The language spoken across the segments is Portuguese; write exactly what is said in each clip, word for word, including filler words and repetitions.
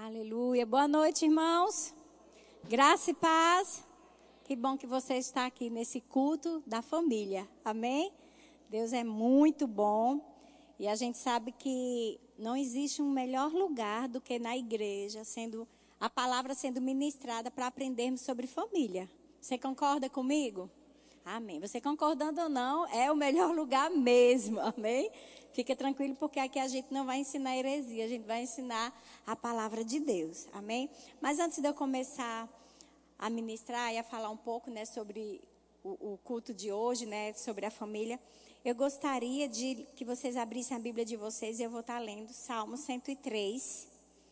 Aleluia. Boa noite, irmãos. Graça e paz. Que bom que você está aqui nesse culto da família. Amém? Deus é muito bom. E a gente sabe que não existe um melhor lugar do que na igreja, sendo a palavra sendo ministrada para aprendermos sobre família. Você concorda comigo? Amém. Você concordando ou não, é o melhor lugar mesmo. Amém? Fica tranquilo, porque aqui a gente não vai ensinar heresia, a gente vai ensinar a palavra de Deus. Amém? Mas antes de eu começar a ministrar e a falar um pouco, né, sobre o, o culto de hoje, né, sobre a família, eu gostaria de que vocês abrissem a Bíblia de vocês e eu vou estar lendo Salmo cento e três.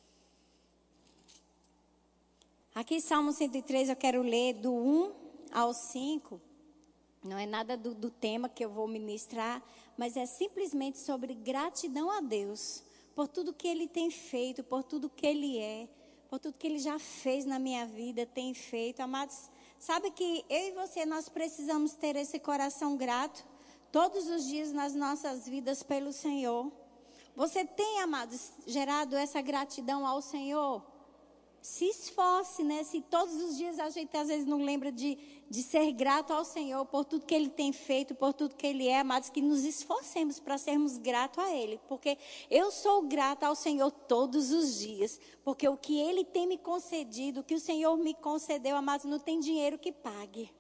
Aqui, Salmo cento e três, eu quero ler do um ao cinco. Não é nada do, do tema que eu vou ministrar, mas é simplesmente sobre gratidão a Deus, por tudo que Ele tem feito, por tudo que Ele é, por tudo que Ele já fez na minha vida, tem feito. Amados, sabe que eu e você, nós precisamos ter esse coração grato todos os dias nas nossas vidas pelo Senhor. Você tem, amados, gerado essa gratidão ao Senhor? Se esforce, né? Se todos os dias a gente às vezes não lembra de, de ser grato ao Senhor por tudo que Ele tem feito, por tudo que Ele é, amados, que nos esforcemos para sermos gratos a Ele. Porque eu sou grata ao Senhor todos os dias. Porque o que Ele tem me concedido, o que o Senhor me concedeu, amados, não tem dinheiro que pague.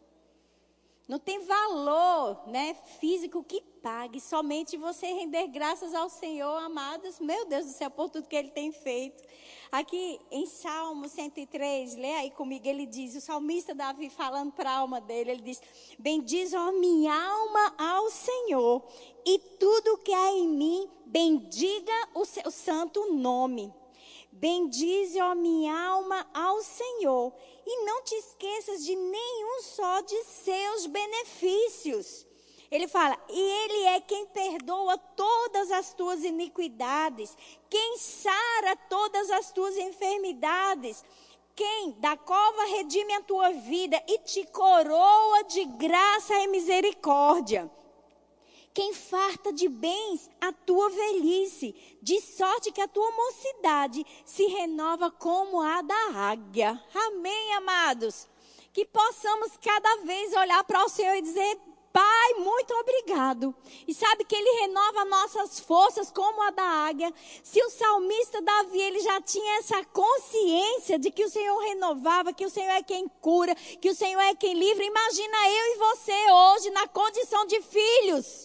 Não tem valor, né, físico que pague. Somente você render graças ao Senhor, amados. Meu Deus do céu, por tudo que Ele tem feito. Aqui em Salmo cento e três, lê aí comigo, ele diz, o salmista Davi falando para a alma dele, ele diz: bendize, ó minha alma, ao Senhor, e tudo que há em mim, bendiga o seu santo nome. Bendize, ó minha alma, ao Senhor, e não te esqueças de nenhum só de seus benefícios. Ele fala, e Ele é quem perdoa todas as tuas iniquidades, quem sara todas as tuas enfermidades, quem da cova redime a tua vida e te coroa de graça e misericórdia. Quem farta de bens a tua velhice, de sorte que a tua mocidade se renova como a da águia. Amém, amados? Que possamos cada vez olhar para o Senhor e dizer, Pai, muito obrigado. E sabe que Ele renova nossas forças como a da águia. Se o salmista Davi, ele já tinha essa consciência de que o Senhor renovava, que o Senhor é quem cura, que o Senhor é quem livra. Imagina eu e você hoje na condição de filhos.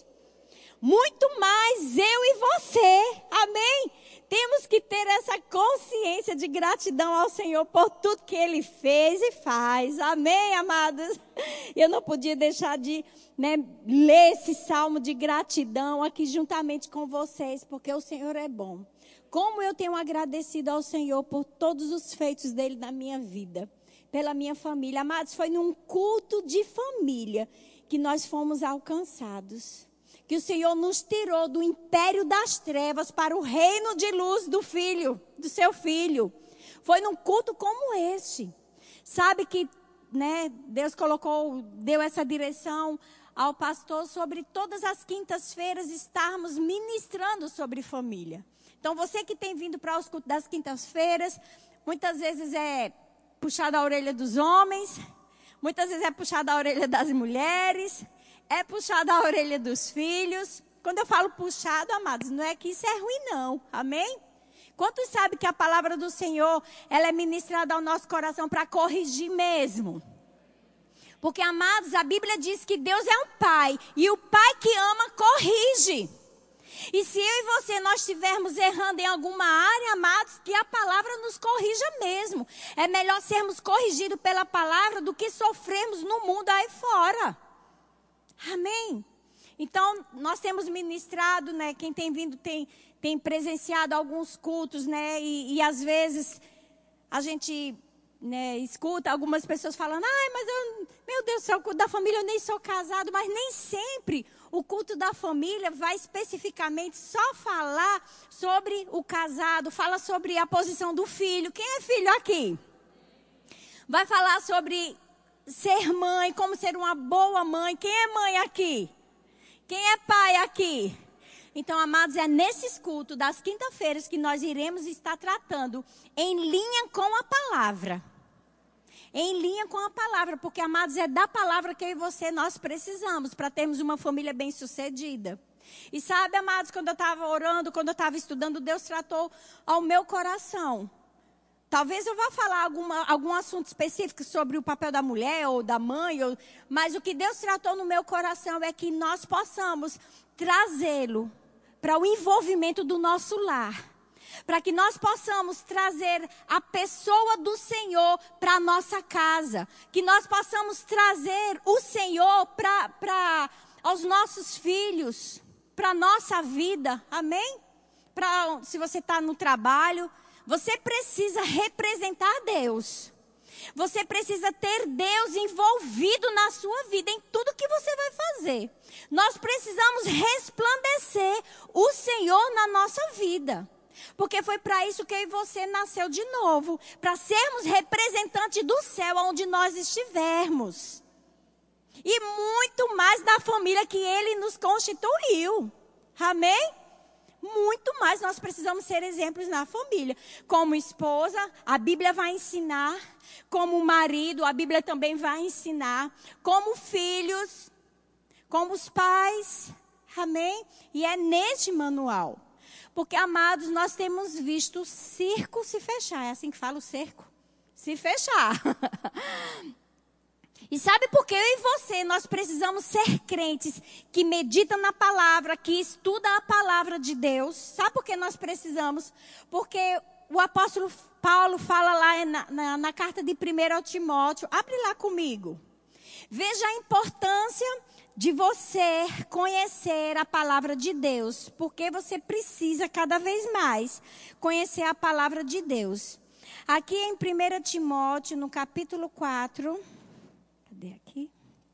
Muito mais eu e você, amém? Temos que ter essa consciência de gratidão ao Senhor por tudo que Ele fez e faz, amém, amados? Eu não podia deixar de, né, ler esse salmo de gratidão aqui juntamente com vocês, porque o Senhor é bom. Como eu tenho agradecido ao Senhor por todos os feitos dEle na minha vida, pela minha família. Amados, foi num culto de família que nós fomos alcançados. Que o Senhor nos tirou do império das trevas para o reino de luz do Filho, do seu Filho. Foi num culto como este. Sabe que, né, Deus colocou, deu essa direção ao pastor sobre todas as quintas-feiras estarmos ministrando sobre família. Então, você que tem vindo para os cultos das quintas-feiras, muitas vezes é puxar da orelha dos homens, muitas vezes é puxar da orelha das mulheres, é puxar da orelha dos filhos. Quando eu falo puxado, amados, não é que isso é ruim não, amém? Quantos sabem que a palavra do Senhor, ela é ministrada ao nosso coração para corrigir mesmo? Porque, amados, a Bíblia diz que Deus é um pai, e o pai que ama, corrige. E se eu e você, nós estivermos errando em alguma área, amados, que a palavra nos corrija mesmo. É melhor sermos corrigidos pela palavra do que sofrermos no mundo aí fora. Amém? Então, nós temos ministrado, né? Quem tem vindo tem, tem presenciado alguns cultos, né? E, e às vezes a gente, né, escuta algumas pessoas falando, ai, mas eu, meu Deus do céu, o culto da família, eu nem sou casado. Mas nem sempre o culto da família vai especificamente só falar sobre o casado, fala sobre a posição do filho. Quem é filho aqui? Vai falar sobre ser mãe, como ser uma boa mãe. Quem é mãe aqui? Quem é pai aqui? Então, amados, é nesses cultos das quinta-feiras que nós iremos estar tratando em linha com a palavra. Em linha com a palavra, porque, amados, é da palavra que eu e você nós precisamos para termos uma família bem-sucedida. E sabe, amados, quando eu estava orando, quando eu estava estudando, Deus tratou ao meu coração. Talvez eu vá falar alguma, algum assunto específico sobre o papel da mulher ou da mãe, ou, mas o que Deus tratou no meu coração é que nós possamos trazê-lo para o envolvimento do nosso lar. Para que nós possamos trazer a pessoa do Senhor para a nossa casa. Que nós possamos trazer o Senhor para, para aos nossos filhos, para a nossa vida. Amém? Pra, se você está no trabalho, você precisa representar Deus. Você precisa ter Deus envolvido na sua vida, em tudo que você vai fazer. Nós precisamos resplandecer o Senhor na nossa vida. Porque foi para isso que eu e você nasceu de novo. Para sermos representantes do céu onde nós estivermos. E muito mais da família que Ele nos constituiu. Amém? Muito mais nós precisamos ser exemplos na família. Como esposa, a Bíblia vai ensinar. Como marido, a Bíblia também vai ensinar. Como filhos, como os pais. Amém? E é neste manual. Porque, amados, nós temos visto o circo se fechar. É assim que fala o cerco? Se fechar. E sabe por que eu e você, nós precisamos ser crentes que meditam na palavra, que estudam a palavra de Deus? Sabe por que nós precisamos? Porque o apóstolo Paulo fala lá na, na, na carta de primeiro ao Timóteo. Abre lá comigo. Veja a importância de você conhecer a palavra de Deus, porque você precisa cada vez mais conhecer a palavra de Deus. Aqui em primeiro Timóteo, no capítulo quatro, cadê aqui?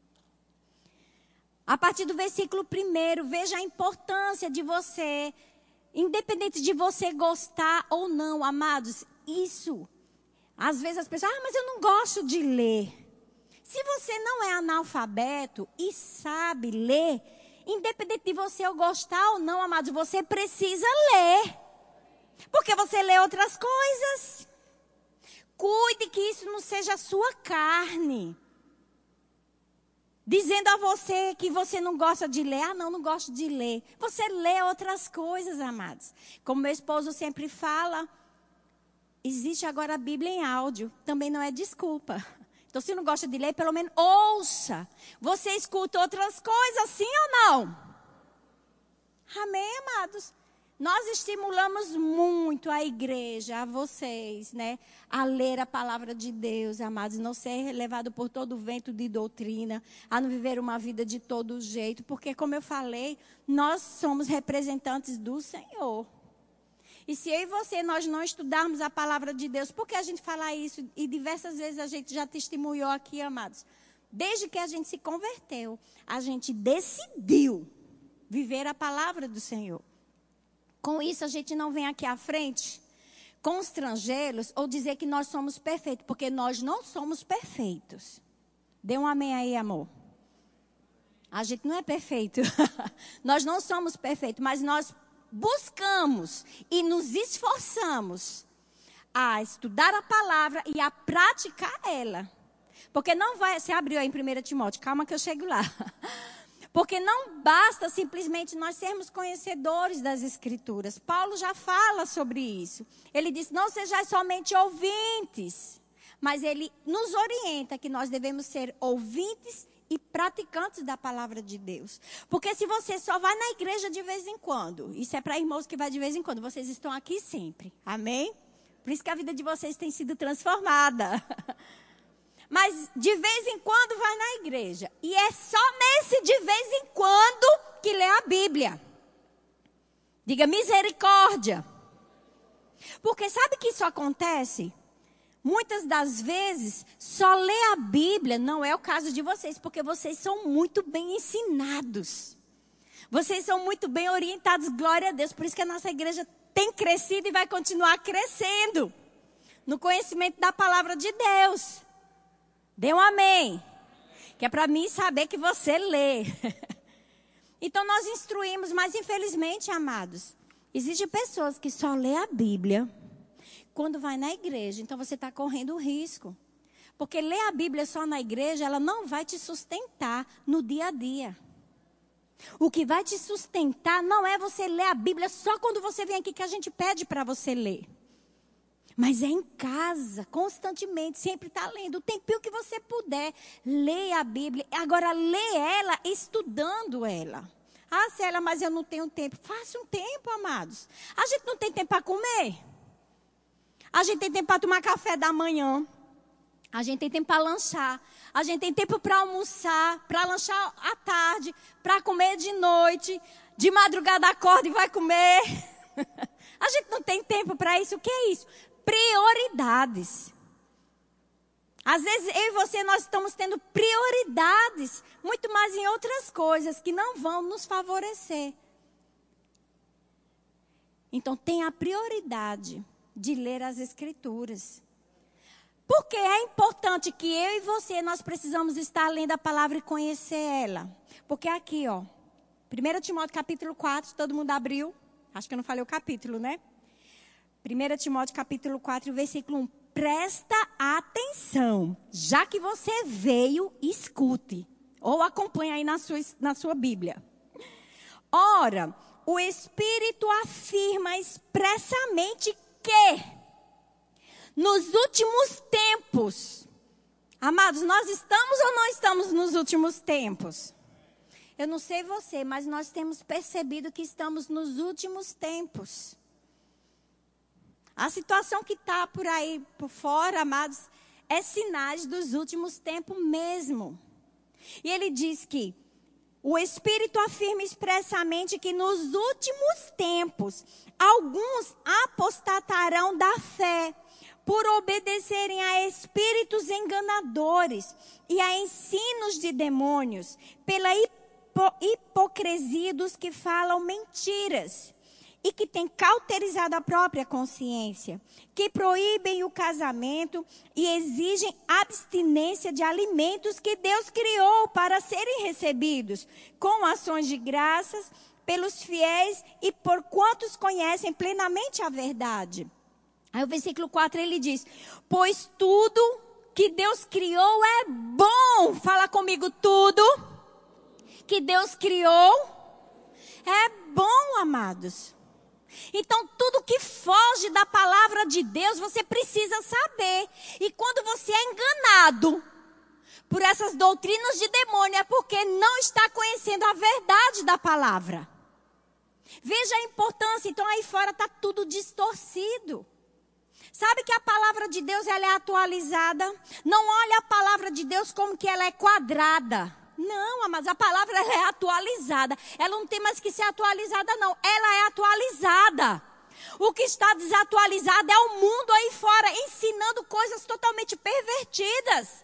A partir do versículo primeiro, veja a importância de você, independente de você gostar ou não, amados, isso, às vezes as pessoas, ah, mas eu não gosto de ler. Se você não é analfabeto e sabe ler, independente de você eu gostar ou não, amados, você precisa ler. Porque você lê outras coisas. Cuide que isso não seja a sua carne. Dizendo a você que você não gosta de ler. Ah, não, não gosto de ler. Você lê outras coisas, amados. Como meu esposo sempre fala, existe agora a Bíblia em áudio. Também não é desculpa. Então, se não gosta de ler, pelo menos ouça. Você escuta outras coisas, sim ou não? Amém, amados? Nós estimulamos muito a igreja, a vocês, né? A ler a palavra de Deus, amados. Não ser levado por todo o vento de doutrina. A não viver uma vida de todo jeito. Porque, como eu falei, nós somos representantes do Senhor. E se eu e você, nós não estudarmos a palavra de Deus, por que a gente fala isso? E diversas vezes a gente já testemunhou aqui, amados. Desde que a gente se converteu, a gente decidiu viver a palavra do Senhor. Com isso, a gente não vem aqui à frente constrangê-los ou dizer que nós somos perfeitos, porque nós não somos perfeitos. Dê um amém aí, amor. A gente não é perfeito. Nós não somos perfeitos, mas nós buscamos e nos esforçamos a estudar a palavra e a praticar ela. Porque não vai... Você abriu aí em primeiro Timóteo, calma que eu chego lá. Porque não basta simplesmente nós sermos conhecedores das Escrituras. Paulo já fala sobre isso. Ele diz, não sejais somente ouvintes. Mas ele nos orienta que nós devemos ser ouvintes e praticantes da palavra de Deus. Porque se você só vai na igreja de vez em quando, isso é para irmãos que vai de vez em quando, vocês estão aqui sempre. Amém? Por isso que a vida de vocês tem sido transformada. Mas de vez em quando vai na igreja. E é só nesse de vez em quando que lê a Bíblia. Diga misericórdia. Porque sabe que isso acontece? Muitas das vezes, só ler a Bíblia não é o caso de vocês, porque vocês são muito bem ensinados. Vocês são muito bem orientados, glória a Deus. Por isso que a nossa igreja tem crescido e vai continuar crescendo no conhecimento da palavra de Deus. Dê um amém. Que é para mim saber que você lê. Então nós instruímos, mas infelizmente, amados, existem pessoas que só lê a Bíblia quando vai na igreja. Então você está correndo risco. Porque ler a Bíblia só na igreja, ela não vai te sustentar no dia a dia. O que vai te sustentar não é você ler a Bíblia só quando você vem aqui que a gente pede para você ler. Mas é em casa, constantemente, sempre está lendo. O tempinho que você puder, leia a Bíblia. Agora, lê ela estudando ela. Ah, Célia, mas eu não tenho tempo. Faça um tempo, amados. A gente não tem tempo para comer. A gente tem tempo para tomar café da manhã. A gente tem tempo para lanchar. A gente tem tempo para almoçar, para lanchar à tarde, para comer de noite. De madrugada acorda e vai comer. A gente não tem tempo para isso. O que é isso? Prioridades. Às vezes eu e você nós estamos tendo prioridades muito mais em outras coisas que não vão nos favorecer. Então tenha a prioridade de ler as Escrituras. Porque é importante que eu e você nós precisamos estar lendo a palavra e conhecer ela. Porque aqui, ó, primeiro Timóteo capítulo quatro, todo mundo abriu? Acho que eu não falei o capítulo, né? primeiro Timóteo capítulo quatro, versículo um. Presta atenção. Já que você veio, escute. Ou acompanhe aí na sua, na sua Bíblia. Ora, o Espírito afirma expressamente que nos últimos tempos, amados, nós estamos ou não estamos nos últimos tempos? Eu não sei você, mas nós temos percebido que estamos nos últimos tempos. A situação que está por aí, por fora, amados, é sinais dos últimos tempos mesmo. E ele diz que o Espírito afirma expressamente que nos últimos tempos, alguns apostatarão da fé, por obedecerem a espíritos enganadores e a ensinos de demônios, pela hipo- hipocrisia dos que falam mentiras e que têm cauterizado a própria consciência, que proíbem o casamento e exigem abstinência de alimentos que Deus criou para serem recebidos, com ações de graças pelos fiéis e por quantos conhecem plenamente a verdade. Aí o versículo quatro ele diz, pois tudo que Deus criou é bom. Fala comigo, tudo que Deus criou é bom, amados. Então tudo que foge da palavra de Deus você precisa saber. E quando você é enganado por essas doutrinas de demônio é porque não está conhecendo a verdade da palavra. Veja a importância, então aí fora está tudo distorcido. Sabe que a palavra de Deus ela é atualizada? Não olhe a palavra de Deus como que ela é quadrada. Não, mas a palavra ela é atualizada. Ela não tem mais que ser atualizada, não. Ela é atualizada. O que está desatualizado é o mundo aí fora, ensinando coisas totalmente pervertidas.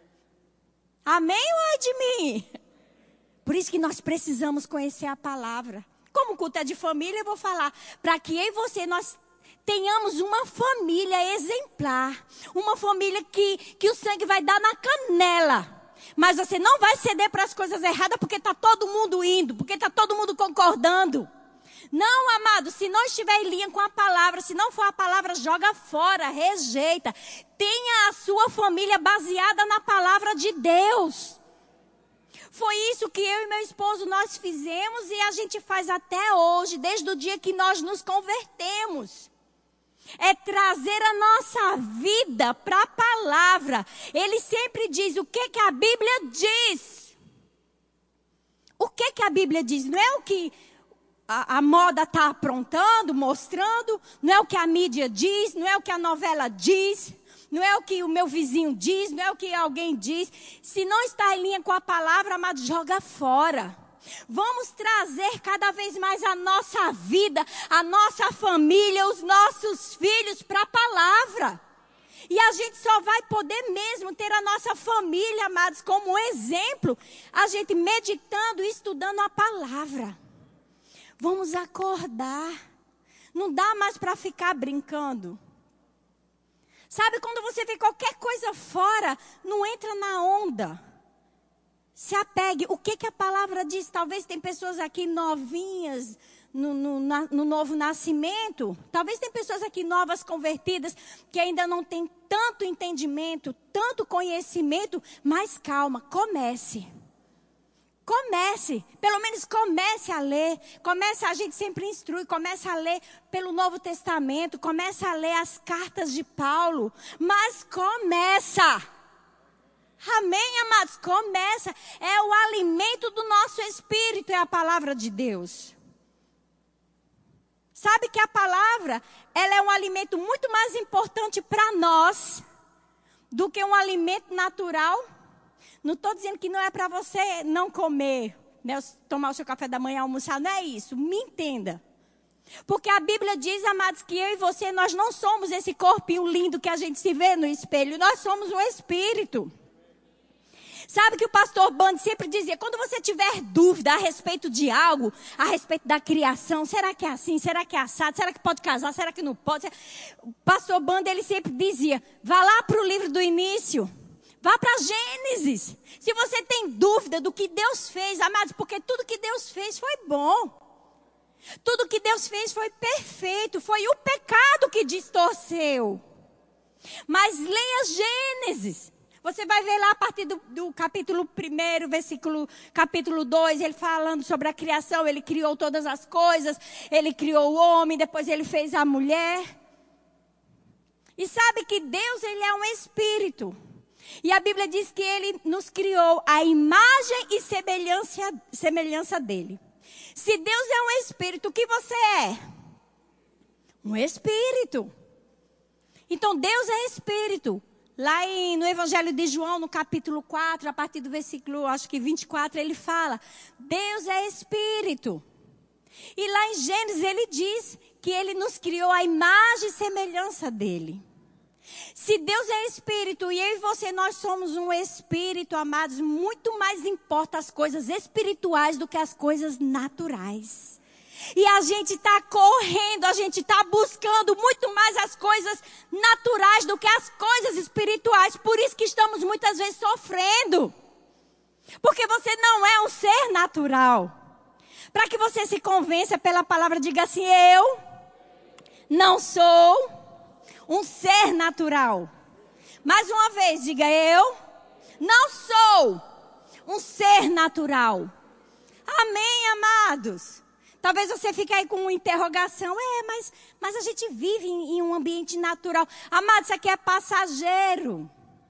Amém ou ai de mim? Por isso que nós precisamos conhecer a palavra. Como o culto é de família, eu vou falar. Para que eu e você, nós tenhamos uma família exemplar. Uma família que, que o sangue vai dar na canela. Mas você não vai ceder para as coisas erradas porque está todo mundo indo, porque está todo mundo concordando. Não, amado, se não estiver em linha com a palavra, se não for a palavra, joga fora, rejeita. Tenha a sua família baseada na palavra de Deus. Foi isso que eu e meu esposo nós fizemos e a gente faz até hoje, desde o dia que nós nos convertemos. É trazer a nossa vida para a palavra. Ele sempre diz o que, que a Bíblia diz. O que, que a Bíblia diz? Não é o que a, a moda está aprontando, mostrando. Não é o que a mídia diz. Não é o que a novela diz. Não é o que o meu vizinho diz. Não é o que alguém diz. Se não está em linha com a palavra, amado, joga fora. Vamos trazer cada vez mais a nossa vida, a nossa família, os nossos filhos para a palavra. E a gente só vai poder mesmo ter a nossa família, amados, como exemplo, a gente meditando e estudando a palavra. Vamos acordar. Não dá mais para ficar brincando. Sabe quando você vê qualquer coisa fora, não entra na onda. Se apegue. O que, que a palavra diz? Talvez tem pessoas aqui novinhas no, no, na, no novo nascimento. Talvez tem pessoas aqui novas convertidas que ainda não têm tanto entendimento, tanto conhecimento. Mas calma, comece. Comece, pelo menos comece a ler, comece, a gente sempre instrui, comece a ler pelo Novo Testamento, comece a ler as cartas de Paulo, mas começa. Amém, amados? Começa. É o alimento do nosso espírito, é a palavra de Deus. Sabe que a palavra, ela é um alimento muito mais importante para nós do que um alimento natural. Não estou dizendo que não é para você não comer, né, tomar o seu café da manhã, almoçar, não é isso. Me entenda. Porque a Bíblia diz, amados, que eu e você, nós não somos esse corpinho lindo que a gente se vê no espelho. Nós somos um espírito. Sabe que o pastor Band sempre dizia, quando você tiver dúvida a respeito de algo, a respeito da criação, será que é assim, será que é assado, será que pode casar, será que não pode? O pastor Band, ele sempre dizia, vá lá para o livro do início. Vá para Gênesis. Se você tem dúvida do que Deus fez, amados, porque tudo que Deus fez foi bom. Tudo que Deus fez foi perfeito. Foi o pecado que distorceu. Mas leia Gênesis. Você vai ver lá a partir do, do capítulo um, versículo, capítulo dois, ele falando sobre a criação. Ele criou todas as coisas. Ele criou o homem, depois ele fez a mulher. E sabe que Deus, ele é um espírito. E a Bíblia diz que ele nos criou a imagem e semelhança, semelhança dele. Se Deus é um espírito, o que você é? Um espírito. Então Deus é espírito. Lá em, no Evangelho de João, no capítulo quatro, a partir do versículo, acho que vinte e quatro, ele fala, Deus é espírito. E lá em Gênesis ele diz que ele nos criou a imagem e semelhança dele. Se Deus é espírito e eu e você, nós somos um espírito, amados, muito mais importa as coisas espirituais do que as coisas naturais. E a gente está correndo, a gente está buscando muito mais as coisas naturais do que as coisas espirituais. Por isso que estamos muitas vezes sofrendo. Porque você não é um ser natural. Para que você se convença pela palavra, diga assim, eu não sou um ser natural. Mais uma vez, diga eu não sou um ser natural. Amém, amados? Talvez você fique aí com uma interrogação. É, mas, mas a gente vive em, em um ambiente natural. Amados, isso aqui é passageiro.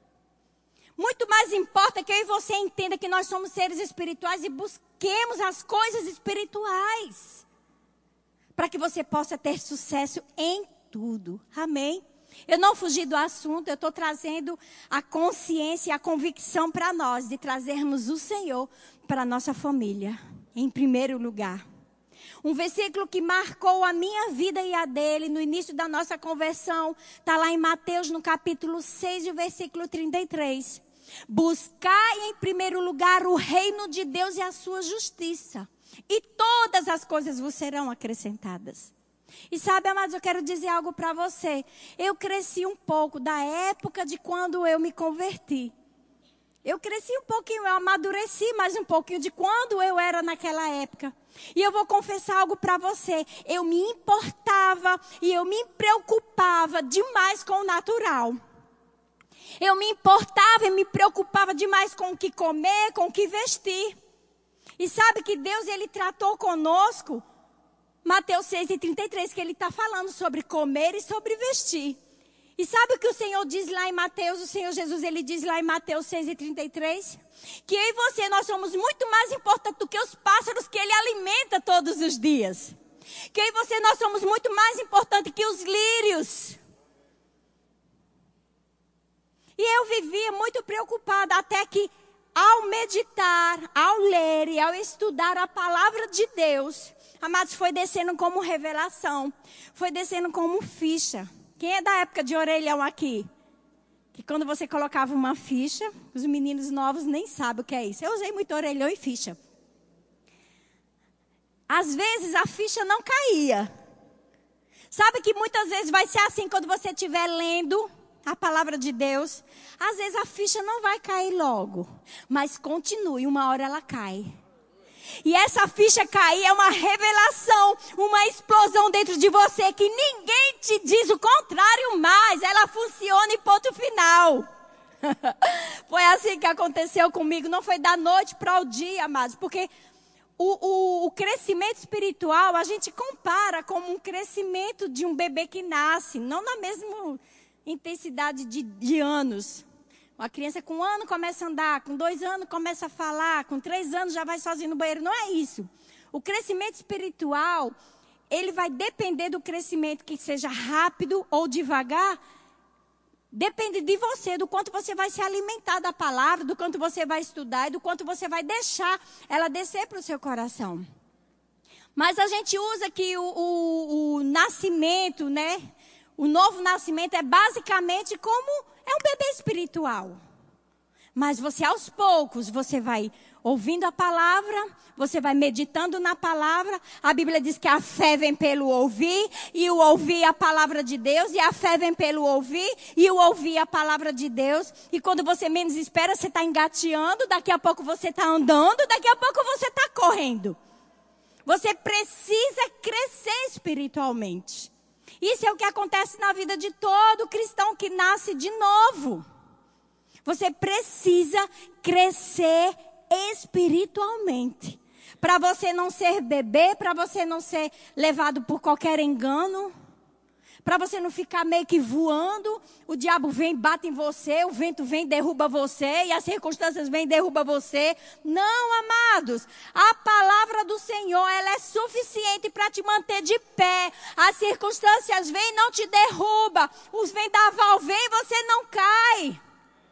Muito mais importa que eu e você entenda que nós somos seres espirituais e busquemos as coisas espirituais. Para que você possa ter sucesso em tudo. Amém? Eu não fugi do assunto, eu estou trazendo a consciência e a convicção para nós de trazermos o Senhor para a nossa família, em primeiro lugar. Um versículo que marcou a minha vida e a dele no início da nossa conversão, está lá em Mateus no capítulo seis e o versículo trinta e três. Buscai em primeiro lugar o reino de Deus e a sua justiça, e todas as coisas vos serão acrescentadas. E sabe, amados, eu quero dizer algo para você. Eu cresci um pouco da época de quando eu me converti. Eu cresci um pouquinho, eu amadureci mais um pouquinho de quando eu era naquela época. E eu vou confessar algo para você. Eu me importava e eu me preocupava demais com o natural. Eu me importava e me preocupava demais com o que comer, com o que vestir. E sabe que Deus, ele tratou conosco, Mateus seis e trinta e três, que ele está falando sobre comer e sobre vestir. E sabe o que o Senhor diz lá em Mateus, o Senhor Jesus, ele diz lá em Mateus seis e trinta e três? Que eu e você, nós somos muito mais importantes do que os pássaros que ele alimenta todos os dias. Que eu e você, nós somos muito mais importantes que os lírios. E eu vivia muito preocupada até que, ao meditar, ao ler e ao estudar a palavra de Deus, amados, foi descendo como revelação, foi descendo como ficha. Quem é da época de orelhão aqui? Que quando você colocava uma ficha, os meninos novos nem sabem o que é isso. Eu usei muito orelhão e ficha. Às vezes a ficha não caía. Sabe que muitas vezes vai ser assim quando você estiver lendo a palavra de Deus, às vezes a ficha não vai cair logo, mas continue, uma hora ela cai. E essa ficha cair é uma revelação, uma explosão dentro de você que ninguém te diz o contrário mais. Ela funciona e ponto final. Foi assim que aconteceu comigo. Não foi da noite para o dia, amados. Porque o, o, o crescimento espiritual a gente compara como um crescimento de um bebê que nasce. Não na mesma intensidade de, de anos. Uma criança com um ano começa a andar, com dois anos começa a falar, com três anos já vai sozinho no banheiro. Não é isso. O crescimento espiritual, ele vai depender do crescimento que seja rápido ou devagar. Depende de você, do quanto você vai se alimentar da palavra, do quanto você vai estudar e do quanto você vai deixar ela descer para o seu coração. Mas a gente usa que o, o, o nascimento, né? O novo nascimento é basicamente como é um bebê espiritual. Mas você aos poucos, você vai ouvindo a palavra, você vai meditando na palavra. A Bíblia diz que a fé vem pelo ouvir, e o ouvir a palavra de Deus, e a fé vem pelo ouvir, e o ouvir a palavra de Deus. E quando você menos espera, você está engateando, daqui a pouco você está andando, daqui a pouco você está correndo. Você precisa crescer espiritualmente. Isso é o que acontece na vida de todo cristão que nasce de novo. Você precisa crescer espiritualmente. Para você não ser bebê, para você não ser levado por qualquer engano. Para você não ficar meio que voando. O diabo vem, bate em você, o vento vem, derruba você. E as circunstâncias vêm, derruba você. Não, amados. A palavra do Senhor, ela é suficiente para te manter de pé. As circunstâncias vêm, não te derruba. Os vendaval vêm, você não cai.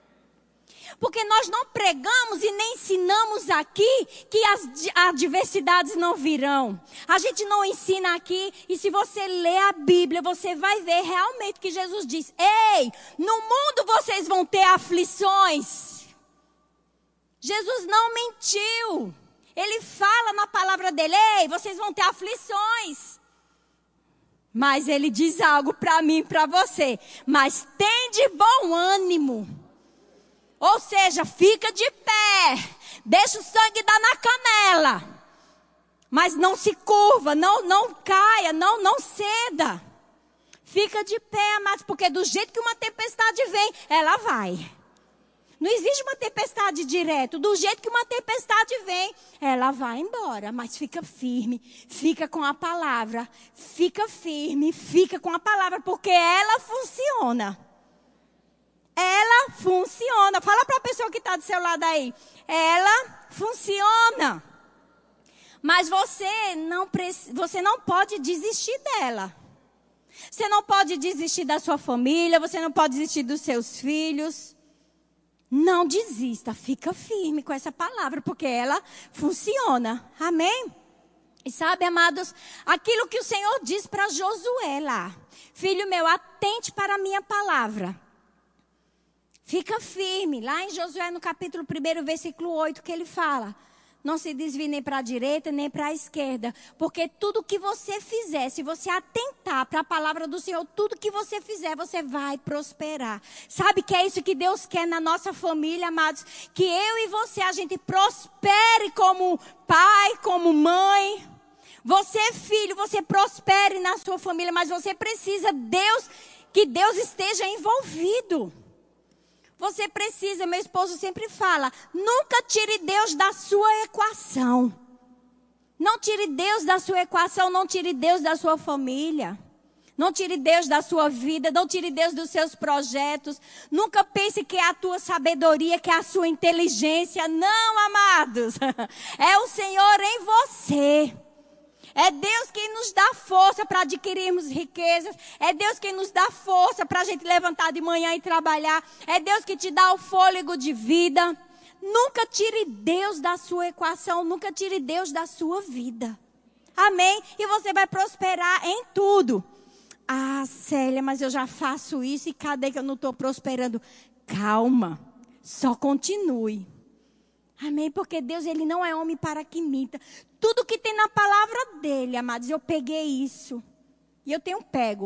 Porque nós não pregamos e nem ensinamos aqui que as adversidades não virão. A gente não ensina aqui, e se você ler a Bíblia, você vai ver realmente que Jesus diz: ei, no mundo vocês vão ter aflições. Jesus não mentiu. Ele fala na palavra dele: ei, vocês vão ter aflições. Mas ele diz algo para mim e para você: mas tem de bom ânimo. Ou seja, fica de pé, deixa o sangue dar na canela, mas não se curva, não, não caia, não, não ceda. Fica de pé, amados, porque do jeito que uma tempestade vem, ela vai. Não existe uma tempestade direto, do jeito que uma tempestade vem, ela vai embora, mas fica firme, fica com a palavra, fica firme, fica com a palavra, porque ela funciona. Ela funciona. Fala para a pessoa que está do seu lado aí. Ela funciona. Mas você não, você não pode desistir dela. Você não pode desistir da sua família. Você não pode desistir dos seus filhos. Não desista. Fica firme com essa palavra, porque ela funciona. Amém? E sabe, amados, aquilo que o Senhor diz para Josué lá. Filho meu, atente para a minha palavra. Fica firme, lá em Josué no capítulo um, versículo oito, que ele fala: não se desvie nem para a direita, nem para a esquerda, porque tudo que você fizer, se você atentar para a palavra do Senhor, tudo que você fizer, você vai prosperar. Sabe que é isso que Deus quer na nossa família, amados? Que eu e você, a gente prospere como pai, como mãe. Você, filho, você prospere na sua família, mas você precisa Deus, que Deus esteja envolvido. Você precisa, meu esposo sempre fala, nunca tire Deus da sua equação. Não tire Deus da sua equação, não tire Deus da sua família. Não tire Deus da sua vida, não tire Deus dos seus projetos. Nunca pense que é a tua sabedoria, que é a sua inteligência. Não, amados. É o Senhor em você. É Deus quem nos dá força para adquirirmos riquezas. É Deus quem nos dá força para a gente levantar de manhã e trabalhar. É Deus que te dá o fôlego de vida. Nunca tire Deus da sua equação. Nunca tire Deus da sua vida. Amém? E você vai prosperar em tudo. Ah, Célia, mas eu já faço isso e cadê que eu não estou prosperando? Calma. Só continue. Amém? Porque Deus, Ele não é homem para que minta. Tudo que tem na palavra dele, amados, eu peguei isso. E eu tenho pego.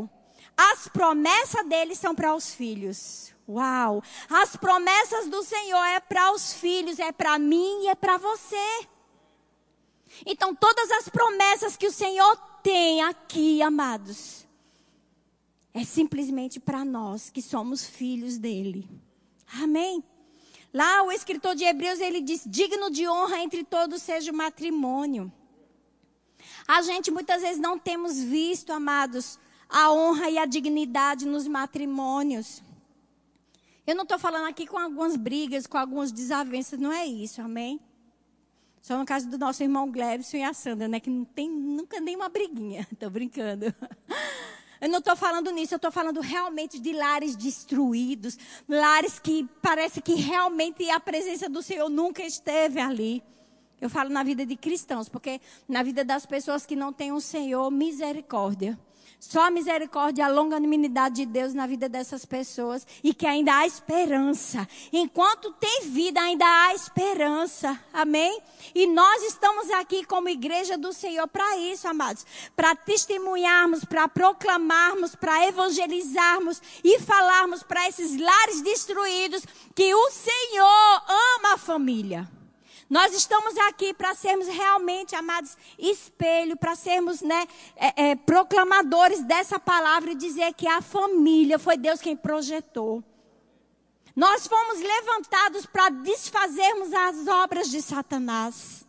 As promessas dele são para os filhos. Uau! As promessas do Senhor é para os filhos, é para mim e é para você. Então, todas as promessas que o Senhor tem aqui, amados, é simplesmente para nós que somos filhos dele. Amém? Lá o escritor de Hebreus, ele diz, digno de honra entre todos seja o matrimônio. A gente muitas vezes não temos visto, amados, a honra e a dignidade nos matrimônios. Eu não estou falando aqui com algumas brigas, com algumas desavenças, não é isso, amém? Só no caso do nosso irmão Glebson e a Sandra, né? Que não tem nunca nem uma briguinha. Estou brincando. Eu não estou falando nisso, eu estou falando realmente de lares destruídos. Lares que parece que realmente a presença do Senhor nunca esteve ali. Eu falo na vida de cristãos, porque na vida das pessoas que não têm o Senhor, misericórdia. Só a misericórdia e a longanimidade de Deus na vida dessas pessoas. E que ainda há esperança. Enquanto tem vida, ainda há esperança. Amém? E nós estamos aqui como igreja do Senhor para isso, amados. Para testemunharmos, para proclamarmos, para evangelizarmos e falarmos para esses lares destruídos que o Senhor ama a família. Nós estamos aqui para sermos realmente, amados, espelho, para sermos, né, é, é, proclamadores dessa palavra e dizer que a família foi Deus quem projetou. Nós fomos levantados para desfazermos as obras de Satanás.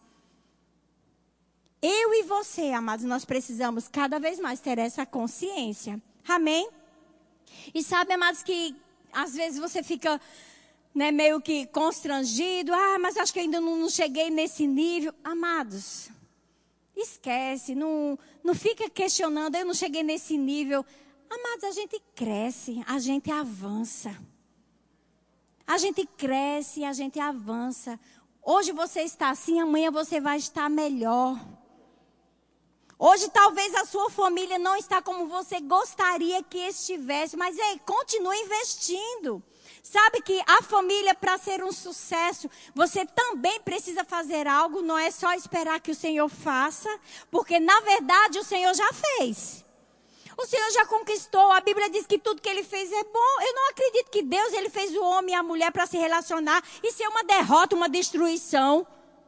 Eu e você, amados, nós precisamos cada vez mais ter essa consciência. Amém? E sabe, amados, que às vezes você fica... Né, meio que constrangido, ah, mas acho que ainda não, não cheguei nesse nível. Amados, esquece, não, não fica questionando, eu não cheguei nesse nível. Amados, a gente cresce, a gente avança. A gente cresce, a gente avança. Hoje você está assim, amanhã você vai estar melhor. Hoje talvez a sua família não está como você gostaria que estivesse, mas ei, continue investindo. Sabe que a família, para ser um sucesso, você também precisa fazer algo, não é só esperar que o Senhor faça, porque na verdade o Senhor já fez. O Senhor já conquistou, a Bíblia diz que tudo que Ele fez é bom. Eu não acredito que Deus ele fez o homem e a mulher para se relacionar e ser uma derrota, uma destruição.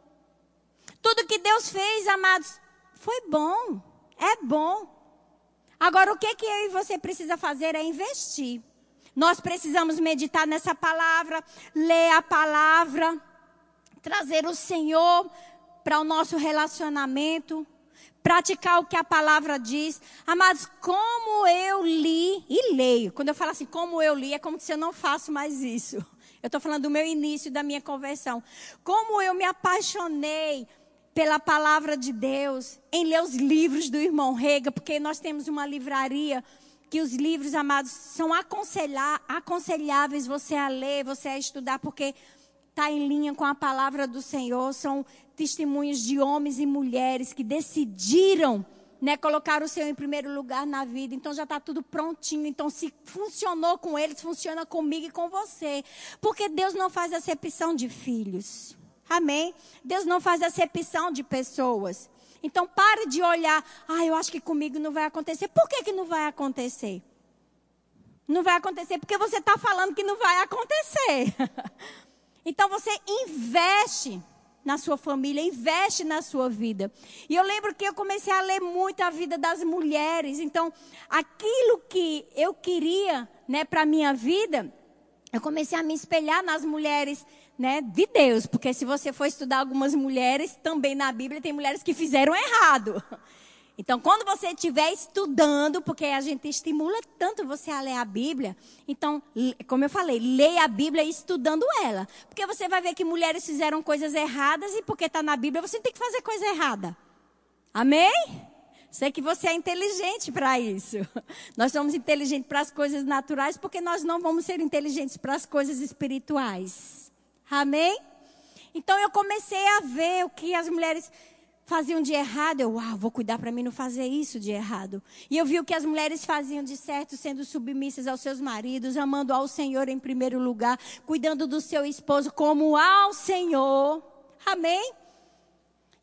Tudo que Deus fez, amados, foi bom, é bom. Agora o que, que eu e você precisa fazer é investir. Nós precisamos meditar nessa palavra, ler a palavra, trazer o Senhor para o nosso relacionamento, praticar o que a palavra diz. Amados, como eu li e leio. Quando eu falo assim, como eu li, é como se eu não faço mais isso. Eu estou falando do meu início, da minha conversão. Como eu me apaixonei pela palavra de Deus, em ler os livros do irmão Rega, porque nós temos uma livraria que os livros, amados, são aconselhar, aconselháveis você a ler, você a estudar, porque está em linha com a palavra do Senhor. São testemunhos de homens e mulheres que decidiram, né, colocar o Senhor em primeiro lugar na vida. Então já está tudo prontinho. Então se funcionou com eles, funciona comigo e com você. Porque Deus não faz acepção de filhos. Amém? Deus não faz acepção de pessoas. Então pare de olhar, ah, eu acho que comigo não vai acontecer. Por que que não vai acontecer? Não vai acontecer porque você está falando que não vai acontecer. Então você investe na sua família, investe na sua vida. E eu lembro que eu comecei a ler muito a vida das mulheres. Então aquilo que eu queria, né, para a minha vida, eu comecei a me espelhar nas mulheres, né, de Deus, porque se você for estudar algumas mulheres, também na Bíblia tem mulheres que fizeram errado. Então, quando você estiver estudando, porque a gente estimula tanto você a ler a Bíblia, então, como eu falei, leia a Bíblia estudando ela. Porque você vai ver que mulheres fizeram coisas erradas e porque está na Bíblia, você tem que fazer coisa errada. Amém? Sei que você é inteligente para isso. Nós somos inteligentes para as coisas naturais, porque nós não vamos ser inteligentes para as coisas espirituais. Amém? Então eu comecei a ver o que as mulheres faziam de errado. Eu, uau, vou cuidar para mim não fazer isso de errado. E eu vi o que as mulheres faziam de certo, sendo submissas aos seus maridos, amando ao Senhor em primeiro lugar, cuidando do seu esposo como ao Senhor. Amém?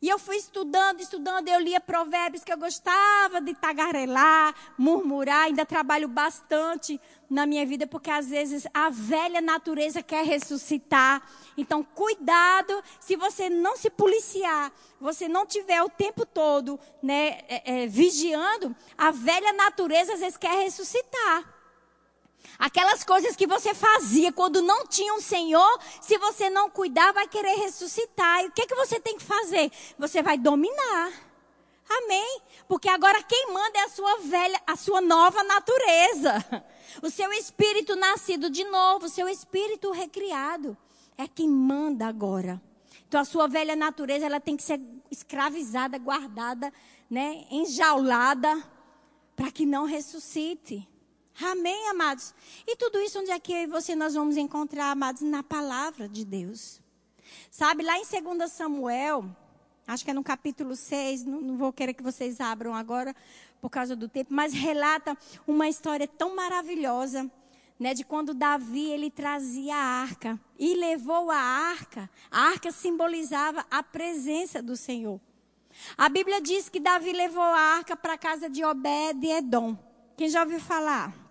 E eu fui estudando, estudando, eu lia provérbios que eu gostava de tagarelar, murmurar, ainda trabalho bastante na minha vida, porque às vezes a velha natureza quer ressuscitar. Então, cuidado, se você não se policiar, você não tiver o tempo todo, né, é, é, vigiando, a velha natureza às vezes quer ressuscitar. Aquelas coisas que você fazia quando não tinha um Senhor, se você não cuidar, vai querer ressuscitar. E o que, que você tem que fazer? Você vai dominar. Amém? Porque agora quem manda é a sua velha, a sua nova natureza. O seu espírito nascido de novo, o seu espírito recriado. É quem manda agora. Então a sua velha natureza, ela tem que ser escravizada, guardada, né, enjaulada, para que não ressuscite. Amém, amados? E tudo isso, onde é que eu e você nós vamos encontrar, amados? Na palavra de Deus. Sabe, lá em dois Samuel, acho que é no capítulo seis, não, não vou querer que vocês abram agora, por causa do tempo, mas relata uma história tão maravilhosa, né, de quando Davi, ele trazia a arca, e levou a arca. A arca simbolizava a presença do Senhor. A Bíblia diz que Davi levou a arca para a casa de Obed-Edom. Quem já ouviu falar?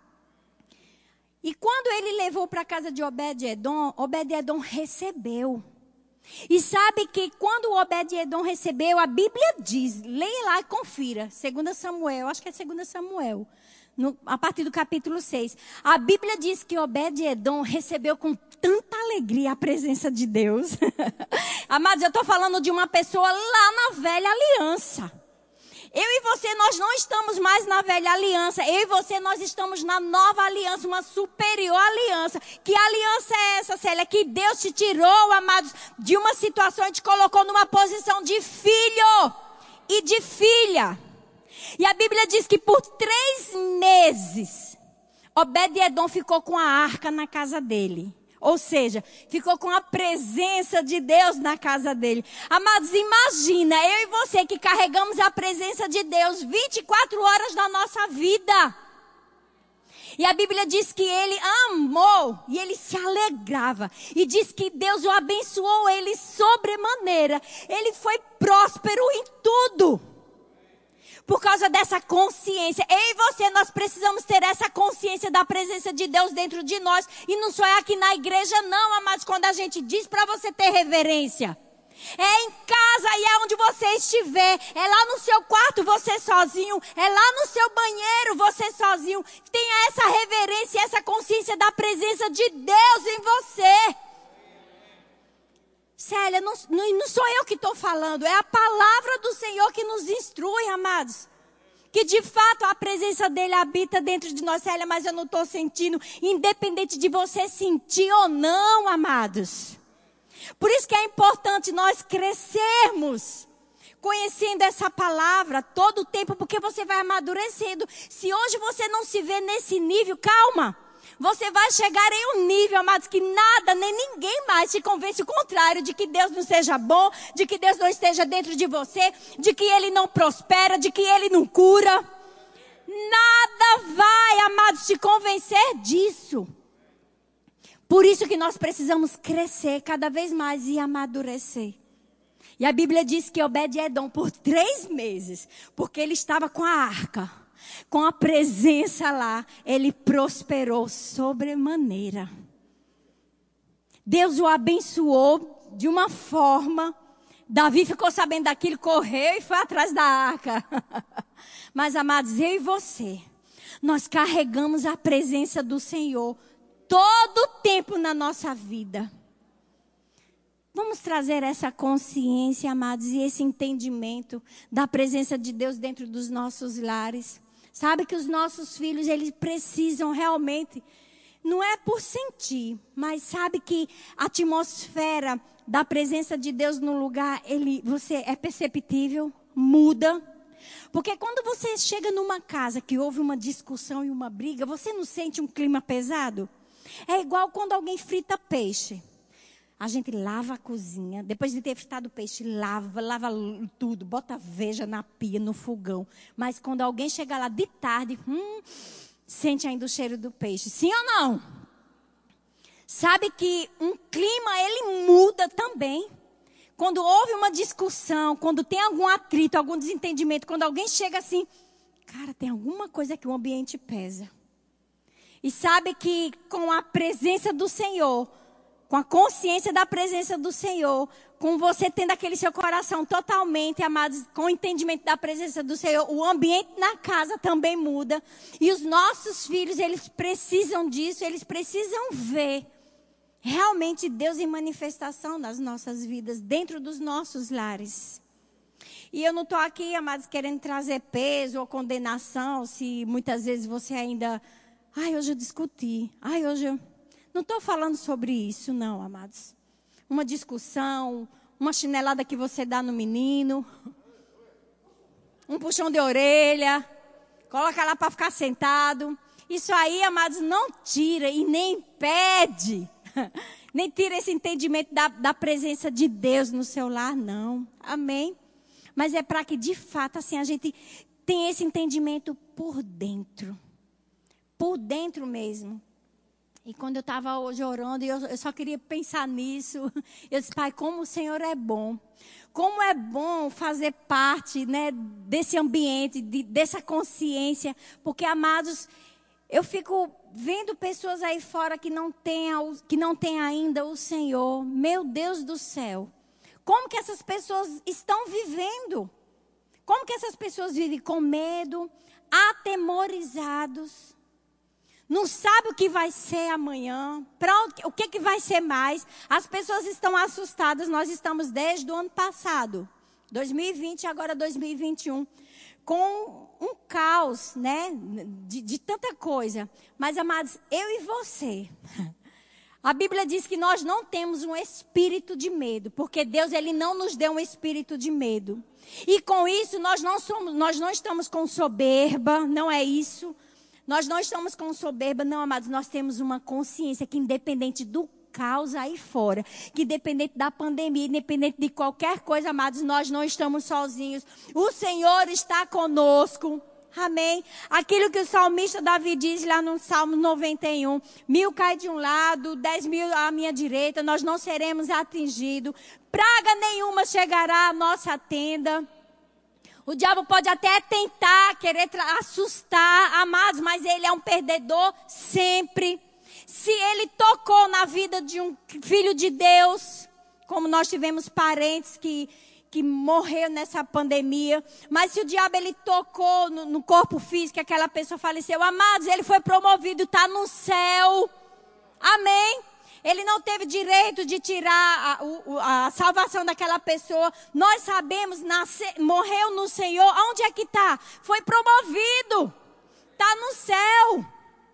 E quando ele levou para a casa de Obed-Edom, Obed-Edom recebeu. E sabe que quando Obed-Edom recebeu, a Bíblia diz, leia lá e confira, dois Samuel, acho que é dois Samuel, no, a partir do capítulo seis. A Bíblia diz que Obed-Edom recebeu com tanta alegria a presença de Deus. Amados, eu estou falando de uma pessoa lá na velha aliança. Eu e você, nós não estamos mais na velha aliança. Eu e você, nós estamos na nova aliança, uma superior aliança. Que aliança é essa, Célia? Que Deus te tirou, amados, de uma situação e te colocou numa posição de filho e de filha. E a Bíblia diz que por três meses, Obed-Edom ficou com a arca na casa dele. Ou seja, ficou com a presença de Deus na casa dele. Amados, imagina, eu e você que carregamos a presença de Deus vinte e quatro horas da nossa vida. E a Bíblia diz que ele amou e ele se alegrava. E diz que Deus o abençoou ele sobremaneira. Ele foi próspero em tudo. Por causa dessa consciência. Eu e você, nós precisamos ter essa consciência da presença de Deus dentro de nós. E não só é aqui na igreja não, amados. Quando a gente diz para você ter reverência. É em casa e é onde você estiver. É lá no seu quarto, você sozinho. É lá no seu banheiro, você sozinho. Tenha essa reverência e essa consciência da presença de Deus em você. Célia, não, não, não sou eu que estou falando, é a palavra do Senhor que nos instrui, amados. Que de fato a presença dele habita dentro de nós, Célia, mas eu não estou sentindo, independente de você sentir ou não, amados. Por isso que é importante nós crescermos, conhecendo essa palavra todo o tempo, porque você vai amadurecendo. Se hoje você não se vê nesse nível, calma. Você vai chegar em um nível, amados, que nada, nem ninguém mais te convence o contrário, de que Deus não seja bom, de que Deus não esteja dentro de você, de que Ele não prospera, de que Ele não cura. Nada vai, amados, te convencer disso. Por isso que nós precisamos crescer cada vez mais e amadurecer. E a Bíblia diz que Obed-Edom, por três meses, porque ele estava com a arca, com a presença lá, ele prosperou sobremaneira. Deus o abençoou de uma forma. Davi ficou sabendo daquilo, correu e foi atrás da arca. Mas, amados, eu e você, nós carregamos a presença do Senhor todo o tempo na nossa vida. Vamos trazer essa consciência, amados, e esse entendimento da presença de Deus dentro dos nossos lares. Sabe que os nossos filhos, eles precisam realmente, não é por sentir, mas sabe que a atmosfera da presença de Deus no lugar, ele, você é perceptível, muda. Porque quando você chega numa casa que houve uma discussão e uma briga, você não sente um clima pesado? É igual quando alguém frita peixe. A gente lava a cozinha, depois de ter fritado o peixe, lava, lava tudo, bota veja na pia, no fogão. Mas quando alguém chega lá de tarde, hum, sente ainda o cheiro do peixe. Sim ou não? Sabe que um clima, ele muda também. quando houve uma discussão, quando tem algum atrito, algum desentendimento, quando alguém chega assim, cara, tem alguma coisa que o ambiente pesa. E sabe que com a presença do Senhor, com a consciência da presença do Senhor, com você tendo aquele seu coração totalmente, amados, com o entendimento da presença do Senhor, o ambiente na casa também muda. E os nossos filhos, eles precisam disso, eles precisam ver realmente Deus em manifestação nas nossas vidas, dentro dos nossos lares. E eu não estou aqui, amados, querendo trazer peso ou condenação, se muitas vezes você ainda... Ai, hoje eu discuti. Ai, hoje eu... Não estou falando sobre isso, não, amados. Uma discussão, uma chinelada que você dá no menino, um puxão de orelha, coloca lá para ficar sentado. Isso aí, amados, não tira e nem impede, nem tira esse entendimento da, da presença de Deus no seu lar, não. Amém? Mas é para que, de fato, assim, a gente tenha esse entendimento por dentro. Por dentro mesmo. E quando eu estava hoje orando, eu, eu só queria pensar nisso. Eu disse, Pai, como o Senhor é bom. Como é bom fazer parte, né, desse ambiente, de, dessa consciência. Porque, amados, eu fico vendo pessoas aí fora que não têm, que não têm ainda o Senhor. Meu Deus do céu. Como que essas pessoas estão vivendo? Como que essas pessoas vivem com medo, atemorizados? Não sabe o que vai ser amanhã, para o que, que vai ser mais. As pessoas estão assustadas. Nós estamos desde o ano passado, dois mil e vinte e agora dois mil e vinte e um, com um caos, né, de, de tanta coisa. Mas, amados, eu e você, a Bíblia diz que nós não temos um espírito de medo, porque Deus, Ele não nos deu um espírito de medo. E com isso, nós não, somos, nós não estamos com soberba, não é isso. Nós não estamos com soberba, não, amados. Nós temos uma consciência que, independente do caos aí fora, que independente da pandemia, independente de qualquer coisa, amados, nós não estamos sozinhos. O Senhor está conosco. Amém? Aquilo que o salmista Davi diz lá no Salmo noventa e um. Mil cai de um lado, dez mil à minha direita, nós não seremos atingidos. Praga nenhuma chegará à nossa tenda. O diabo pode até tentar, querer assustar, amados, mas ele é um perdedor sempre. Se ele tocou na vida de um filho de Deus, como nós tivemos parentes que, que morreram nessa pandemia, mas se o diabo ele tocou no, no corpo físico, aquela pessoa faleceu, amados, ele foi promovido, está no céu. Amém? Ele não teve direito de tirar a, a, a salvação daquela pessoa. Nós sabemos, nasce, morreu no Senhor. Onde é que está? Foi promovido. Está no céu.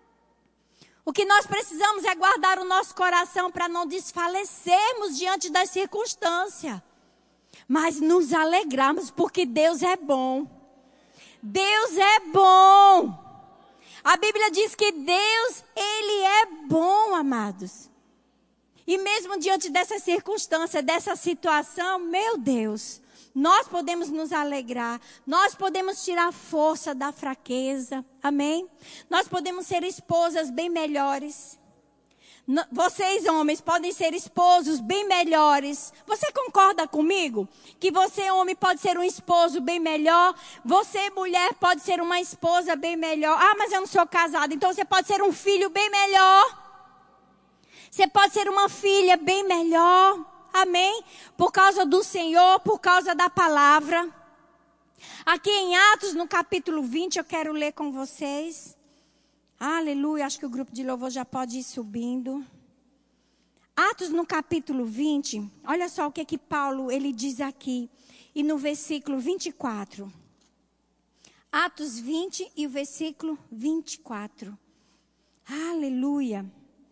O que nós precisamos é guardar o nosso coração para não desfalecermos diante das circunstâncias. Mas nos alegrarmos porque Deus é bom. Deus é bom. A Bíblia diz que Deus, Ele é bom, amados. E mesmo diante dessa circunstância, dessa situação, meu Deus, nós podemos nos alegrar, nós podemos tirar força da fraqueza, amém? Nós podemos ser esposas bem melhores. Vocês, homens, podem ser esposos bem melhores. Você concorda comigo? Que você, homem, pode ser um esposo bem melhor. Você, mulher, pode ser uma esposa bem melhor. Ah, mas eu não sou casada. Então você pode ser um filho bem melhor. Você pode ser uma filha bem melhor, amém? Por causa do Senhor, por causa da palavra. Aqui em Atos, no capítulo vinte, eu quero ler com vocês. Aleluia, acho que o grupo de louvor já pode ir subindo. Atos, no capítulo vinte, olha só o que que Paulo, ele diz aqui. E no versículo vinte e quatro. Atos vinte e o versículo vinte e quatro. Aleluia.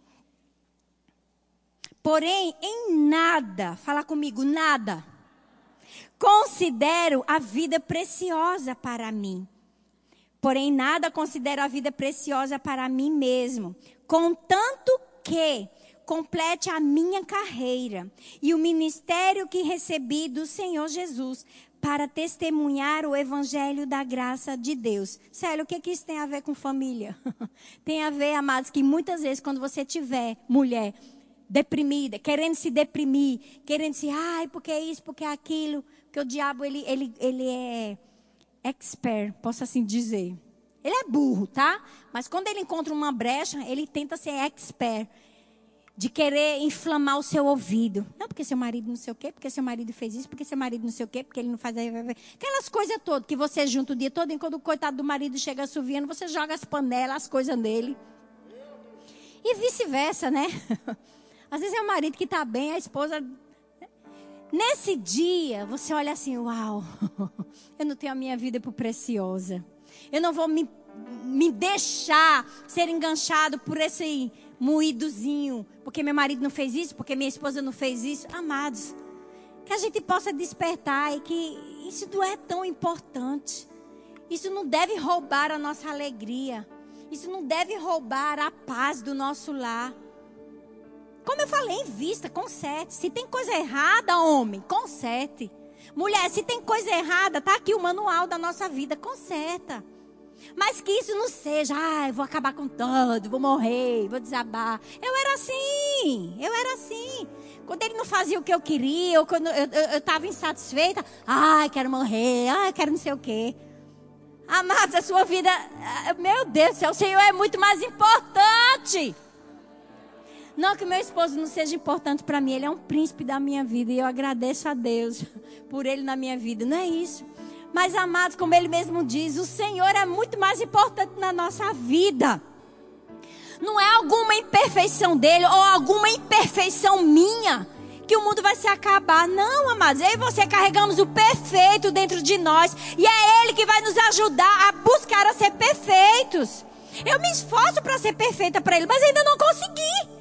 Porém, em nada, fala comigo, nada, considero a vida preciosa para mim. Porém, nada considero a vida preciosa para mim mesmo, contanto que complete a minha carreira e o ministério que recebi do Senhor Jesus para testemunhar o evangelho da graça de Deus. Sério, o que, que isso tem a ver com família? Tem a ver, amados, que muitas vezes quando você tiver mulher, deprimida, querendo se deprimir, querendo se, ai, porque é isso, porque é aquilo. Porque o diabo, ele, ele, ele é expert, posso assim dizer. Ele é burro, tá? Mas quando ele encontra uma brecha, ele tenta ser expert. De querer inflamar o seu ouvido. Não, porque seu marido não sei o quê, porque seu marido fez isso, porque seu marido não sei o quê, porque ele não faz... Aquelas coisas todas que você junta o dia todo, e quando o coitado do marido chega assoviando, você joga as panelas, as coisas nele. E vice-versa, né? Às vezes é o marido que está bem, a esposa... Nesse dia, você olha assim, uau, eu não tenho a minha vida por preciosa. Eu não vou me, me deixar ser enganchado por esse... moídozinho, porque meu marido não fez isso, porque minha esposa não fez isso. Amados, que a gente possa despertar e que isso não é tão importante. Isso não deve roubar a nossa alegria. Isso não deve roubar a paz do nosso lar. Como eu falei, invista, conserte. Se tem coisa errada, homem, conserte. Mulher, se tem coisa errada, tá aqui o manual da nossa vida, conserta. Mas que isso não seja, ah, eu vou acabar com tudo, vou morrer, vou desabar. Eu era assim, eu era assim. Quando ele não fazia o que eu queria, ou quando eu estava insatisfeita, ai, quero morrer, ai, quero não sei o quê. Amados, a sua vida, meu Deus do céu, o Senhor é muito mais importante. Não que meu esposo não seja importante para mim, ele é um príncipe da minha vida e eu agradeço a Deus por ele na minha vida, não é isso. Mas, amados, como ele mesmo diz, o Senhor é muito mais importante na nossa vida. Não é alguma imperfeição dele ou alguma imperfeição minha que o mundo vai se acabar. Não, amados, eu e você carregamos o perfeito dentro de nós. E é ele que vai nos ajudar a buscar a ser perfeitos. Eu me esforço para ser perfeita para ele, mas ainda não consegui.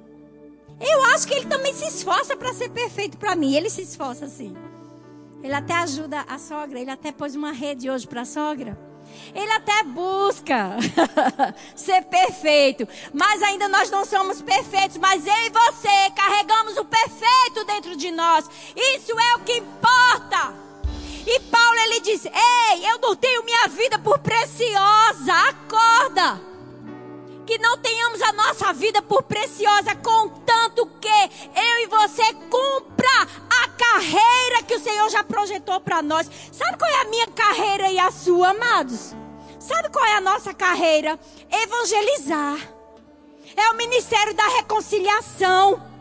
Eu acho que ele também se esforça para ser perfeito para mim. Ele se esforça assim. Ele até ajuda a sogra. Ele até pôs uma rede hoje para a sogra. Ele até busca ser perfeito. Mas ainda nós não somos perfeitos. Mas eu e você carregamos o perfeito dentro de nós. Isso é o que importa. E Paulo, ele diz: ei, eu não tenho minha vida por preciosa. Acorda. Que não tenhamos a nossa vida por preciosa, contanto que eu e você cumpra a carreira que o Senhor já projetou para nós. Sabe qual é a minha carreira e a sua, amados? Sabe qual é a nossa carreira? Evangelizar. É o ministério da reconciliação.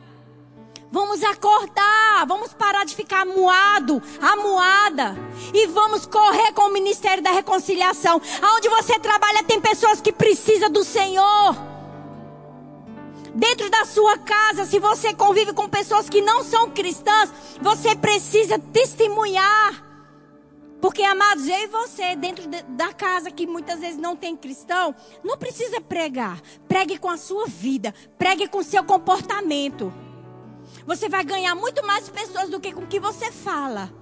Vamos acordar, vamos parar de ficar amuado, amuada. E vamos correr com o ministério da reconciliação. Onde você trabalha tem pessoas que precisam do Senhor. Dentro da sua casa, se você convive com pessoas que não são cristãs, você precisa testemunhar. Porque, amados, eu e você, dentro de, da casa que muitas vezes não tem cristão, não precisa pregar. Pregue com a sua vida, pregue com o seu comportamento. Você vai ganhar muito mais pessoas do que com o que você fala.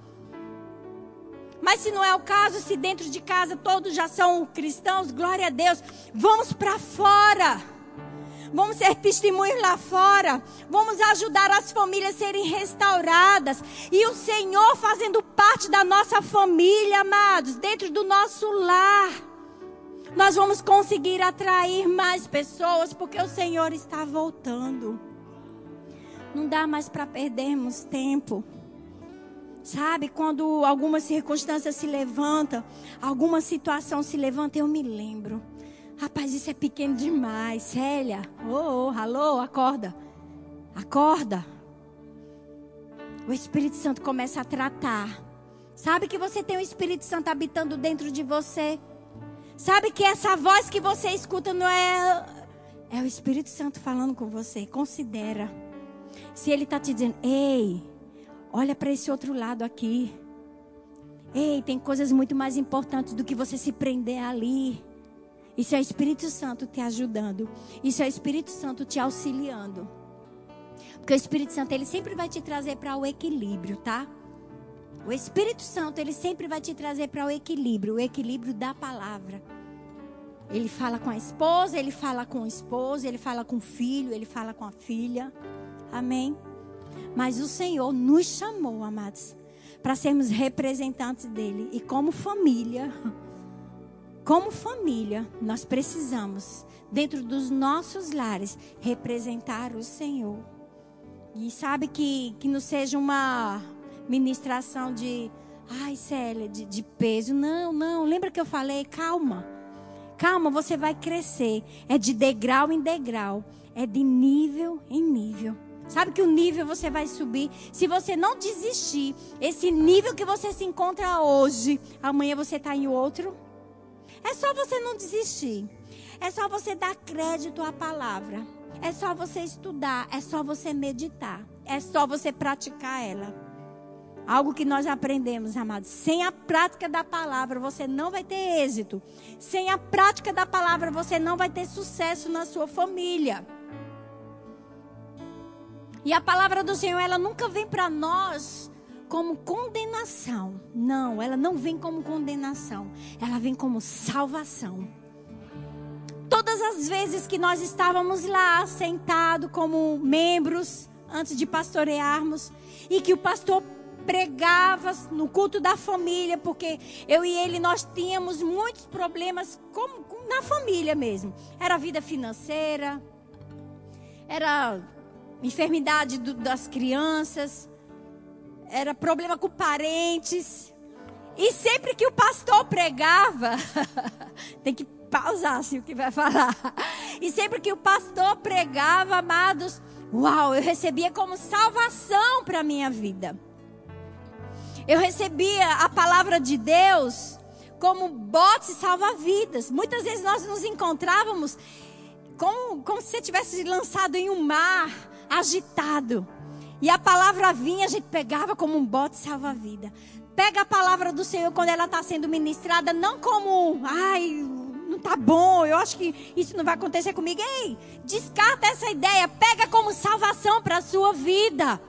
Mas se não é o caso, se dentro de casa todos já são cristãos, glória a Deus, vamos para fora. Vamos ser testemunhos lá fora. Vamos ajudar as famílias a serem restauradas. E o Senhor fazendo parte da nossa família, amados, dentro do nosso lar. Nós vamos conseguir atrair mais pessoas, porque o Senhor está voltando. Não dá mais para perdermos tempo. Sabe, quando alguma circunstância se levanta, alguma situação se levanta, eu me lembro. Rapaz, isso é pequeno demais. Célia, oh, oh, alô, acorda. Acorda. O Espírito Santo começa a tratar. Sabe que você tem o Espírito Santo habitando dentro de você? Sabe que essa voz que você escuta não é... É o Espírito Santo falando com você. Considera. Se ele está te dizendo, ei, olha para esse outro lado aqui. Ei, tem coisas muito mais importantes do que você se prender ali. Isso é o Espírito Santo te ajudando. Isso é o Espírito Santo te auxiliando. Porque o Espírito Santo, ele sempre vai te trazer para o equilíbrio, tá? O Espírito Santo, ele sempre vai te trazer para o equilíbrio. O equilíbrio da palavra. Ele fala com a esposa, ele fala com o esposo, ele fala com o filho, ele fala com a filha. Amém? Mas o Senhor nos chamou, amados, para sermos representantes dele. E como família, como família, nós precisamos, dentro dos nossos lares, representar o Senhor. E sabe que, que não seja uma ministração de, ai Célia, de, de peso. Não, não, lembra que eu falei? Calma, calma, você vai crescer. É de degrau em degrau, é de nível em nível. Sabe que o nível você vai subir. Se você não desistir, esse nível que você se encontra hoje, amanhã você está em outro. É só você não desistir. É só você dar crédito à palavra. É só você estudar. É só você meditar. É só você praticar ela. Algo que nós aprendemos, amados. Sem a prática da palavra, você não vai ter êxito. Sem a prática da palavra, você não vai ter sucesso na sua família. E a palavra do Senhor, ela nunca vem para nós como condenação. Não, ela não vem como condenação. Ela vem como salvação. Todas as vezes que nós estávamos lá, sentados como membros, antes de pastorearmos, e que o pastor pregava no culto da família, porque eu e ele, nós tínhamos muitos problemas como na família mesmo. Era vida financeira, era enfermidade do, das crianças, era problema com parentes. E sempre que o pastor pregava, tem que pausar assim o que vai falar. E sempre que o pastor pregava, amados, uau, eu recebia como salvação para a minha vida. Eu recebia a palavra de Deus como bote salva-vidas. Muitas vezes nós nos encontrávamos como, como se você tivesse lançado em um mar agitado. E a palavra vinha, a gente pegava como um bote salva-vida. Pega a palavra do Senhor quando ela está sendo ministrada, não como, ai, não tá bom, eu acho que isso não vai acontecer comigo. Ei, descarta essa ideia, pega como salvação para a sua vida.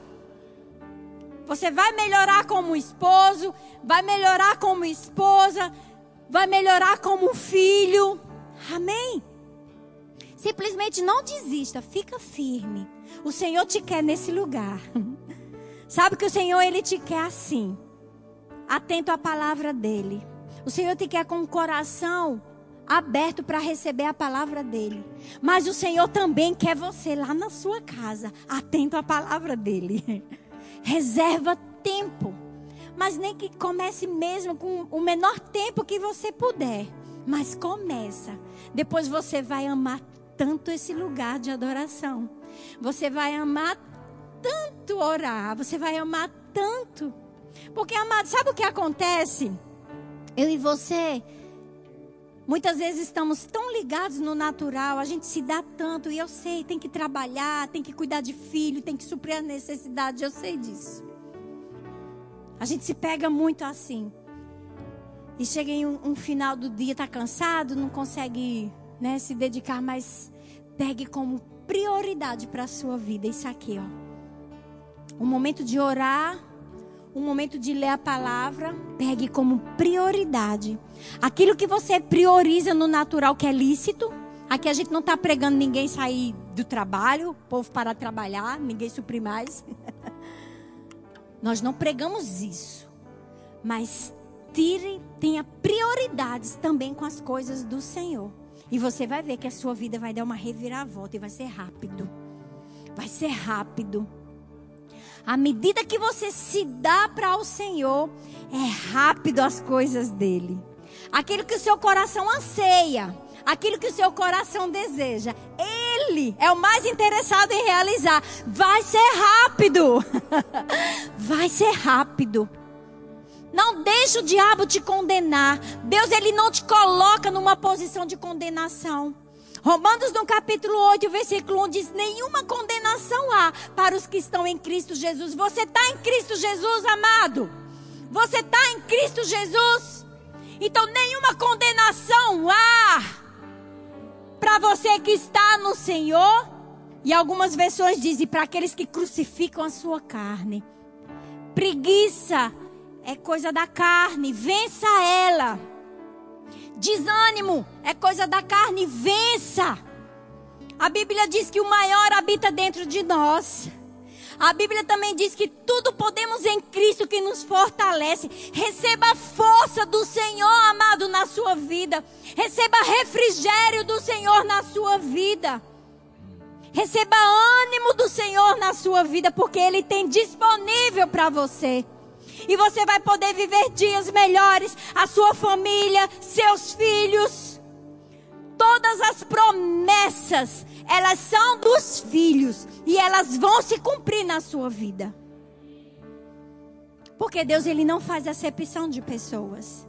Você vai melhorar como esposo, vai melhorar como esposa, vai melhorar como filho. Amém? Simplesmente não desista, fica firme. O Senhor te quer nesse lugar. Sabe que o Senhor, Ele te quer assim, atento à palavra dEle. O Senhor te quer com o coração aberto para receber a palavra dEle. Mas o Senhor também quer você lá na sua casa, atento à palavra dEle. Reserva tempo. Mas nem que comece mesmo com o menor tempo que você puder. Mas começa. Depois você vai amar tanto esse lugar de adoração. Você vai amar tanto orar. Você vai amar tanto. Porque, amado, sabe o que acontece? Eu e você, muitas vezes estamos tão ligados no natural. A gente se dá tanto. E eu sei, tem que trabalhar, tem que cuidar de filho, tem que suprir a necessidade. Eu sei disso. A gente se pega muito assim. E chega em um, um final do dia, está cansado, não consegue, né, se dedicar, mas pegue como prioridade para a sua vida isso aqui, ó. Um momento de orar, um momento de ler a palavra, pegue como prioridade. Aquilo que você prioriza no natural que é lícito. Aqui a gente não está pregando ninguém sair do trabalho, o povo parar de trabalhar, ninguém suprir mais. Nós não pregamos isso. Mas tire, tenha prioridades também com as coisas do Senhor. E você vai ver que a sua vida vai dar uma reviravolta e vai ser rápido. Vai ser rápido. À medida que você se dá para o Senhor, é rápido as coisas dele. Aquilo que o seu coração anseia, aquilo que o seu coração deseja, Ele é o mais interessado em realizar. Vai ser rápido. Vai ser rápido. Não deixe o diabo te condenar. Deus, Ele não te coloca numa posição de condenação. Romanos no capítulo oito, versículo um diz: nenhuma condenação há para os que estão em Cristo Jesus. Você está em Cristo Jesus, amado? Você está em Cristo Jesus? Então nenhuma condenação há para você que está no Senhor. E algumas versões dizem para aqueles que crucificam a sua carne. Preguiça é coisa da carne, vença ela. Desânimo é coisa da carne, vença. A Bíblia diz que o maior habita dentro de nós. A Bíblia também diz que tudo podemos em Cristo que nos fortalece. Receba a força do Senhor, amado, na sua vida. Receba refrigério do Senhor na sua vida. Receba ânimo do Senhor na sua vida, porque Ele tem disponível para você. E você vai poder viver dias melhores, a sua família, seus filhos. Todas as promessas, elas são dos filhos. E elas vão se cumprir na sua vida. Porque Deus, Ele não faz acepção de pessoas.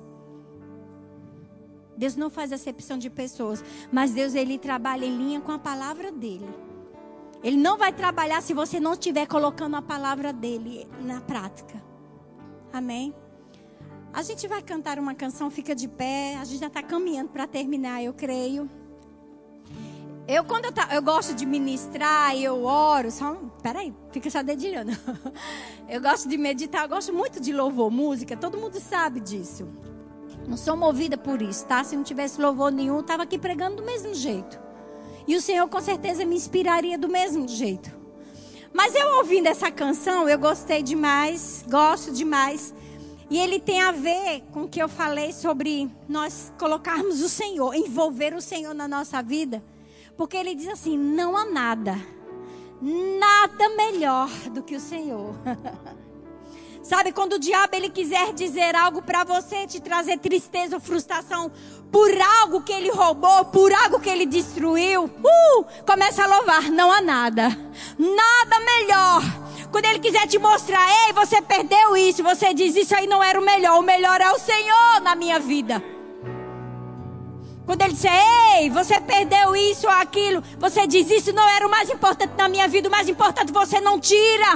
Deus não faz acepção de pessoas. Mas Deus, Ele trabalha em linha com a palavra dEle. Ele não vai trabalhar se você não estiver colocando a palavra dEle na prática. Amém? A gente vai cantar uma canção, fica de pé. A gente já está caminhando para terminar, eu creio. Eu, quando eu, tá, eu gosto de ministrar, eu oro. Só, peraí, fica só dedilhando. Eu gosto de meditar, eu gosto muito de louvor, música. Todo mundo sabe disso. Não sou movida por isso, tá? Se não tivesse louvor nenhum, eu estava aqui pregando do mesmo jeito. E o Senhor com certeza me inspiraria do mesmo jeito. Mas eu ouvindo essa canção, eu gostei demais, gosto demais. E ele tem a ver com o que eu falei sobre nós colocarmos o Senhor, envolver o Senhor na nossa vida. Porque ele diz assim, não há nada, nada melhor do que o Senhor. Sabe, quando o diabo ele quiser dizer algo para você, te trazer tristeza ou frustração por algo que ele roubou, por algo que ele destruiu, uh, começa a louvar, não há nada, nada melhor. Quando ele quiser te mostrar, ei, você perdeu isso, você diz, isso aí não era o melhor, o melhor é o Senhor na minha vida. Quando ele disser, ei, você perdeu isso ou aquilo, você diz, isso não era o mais importante na minha vida, o mais importante você não tira.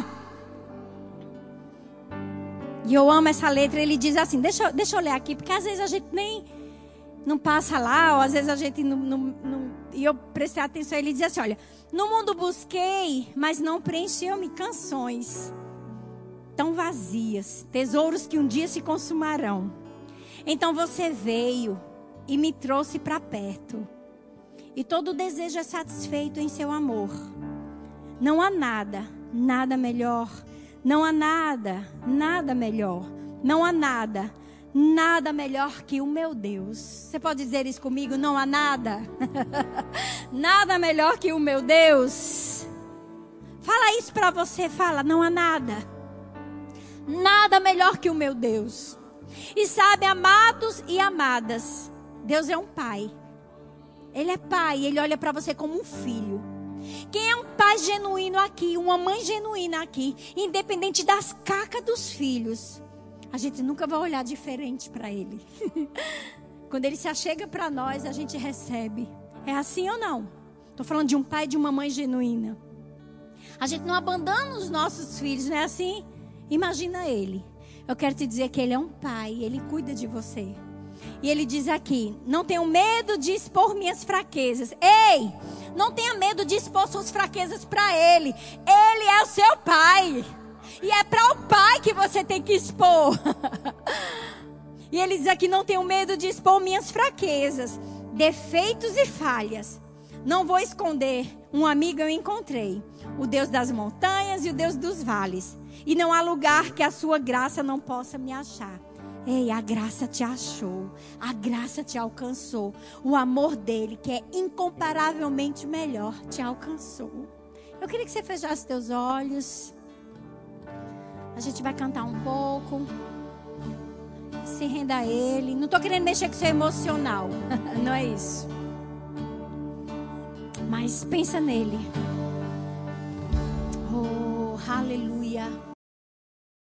E eu amo essa letra, ele diz assim, deixa, deixa eu ler aqui, porque às vezes a gente nem, não passa lá, ou às vezes a gente não, não, não, e eu prestei atenção, ele diz assim, olha, no mundo busquei, mas não preencheu-me canções tão vazias, tesouros que um dia se consumarão. Então você veio e me trouxe para perto. E todo desejo é satisfeito em seu amor. Não há nada, nada melhor. Não há nada, nada melhor. Não há nada, nada melhor que o meu Deus. Você pode dizer isso comigo? Não há nada. Nada melhor que o meu Deus. Fala isso para você, fala, não há nada. Nada melhor que o meu Deus. E sabe, amados e amadas, Deus é um pai. Ele é pai, ele olha para você como um filho. Quem é um pai genuíno aqui, uma mãe genuína aqui, independente das cacas dos filhos, a gente nunca vai olhar diferente para ele. Quando ele se achega para nós, a gente recebe. É assim ou não? Estou falando de um pai e de uma mãe genuína. A gente não abandona os nossos filhos, não é assim? Imagina ele. Eu quero te dizer que ele é um pai, ele cuida de você. E ele diz aqui, não tenho medo de expor minhas fraquezas. Ei, não tenha medo de expor suas fraquezas para ele. Ele é o seu pai. E é para o pai que você tem que expor. E ele diz aqui, não tenho medo de expor minhas fraquezas, defeitos e falhas. Não vou esconder, um amigo eu encontrei. O Deus das montanhas e o Deus dos vales. E não há lugar que a sua graça não possa me achar. Ei, a graça te achou, a graça te alcançou. O amor dele, que é incomparavelmente melhor, te alcançou. Eu queria que você fechasse teus olhos. A gente vai cantar um pouco. Se renda a ele. Não estou querendo mexer com o seu emocional. Não é isso. Mas pensa nele. Oh, aleluia.